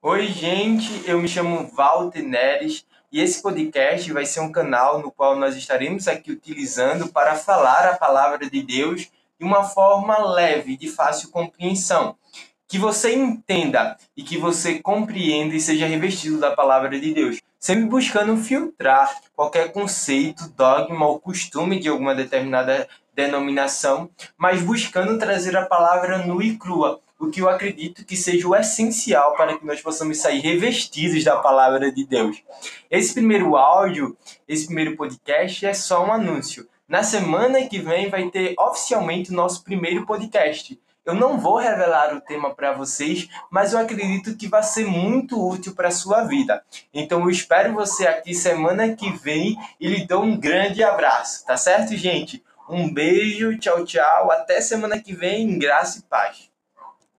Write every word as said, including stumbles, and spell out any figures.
Oi, gente, eu me chamo Walter Neres e esse podcast vai ser um canal no qual nós estaremos aqui utilizando para falar a palavra de Deus de uma forma leve, de fácil compreensão. Que você entenda e que você compreenda e seja revestido da palavra de Deus, sempre buscando filtrar qualquer conceito, dogma ou costume de alguma determinada denominação, mas buscando trazer a palavra nua e crua, o que eu acredito que seja o essencial para que nós possamos sair revestidos da palavra de Deus. Esse primeiro áudio, esse primeiro podcast é só um anúncio. Na semana que vem vai ter oficialmente o nosso primeiro podcast. Eu não vou revelar o tema para vocês, mas eu acredito que vai ser muito útil para a sua vida. Então eu espero você aqui semana que vem e lhe dou um grande abraço, tá certo, gente? Um beijo, tchau, tchau, até semana que vem, graça e paz.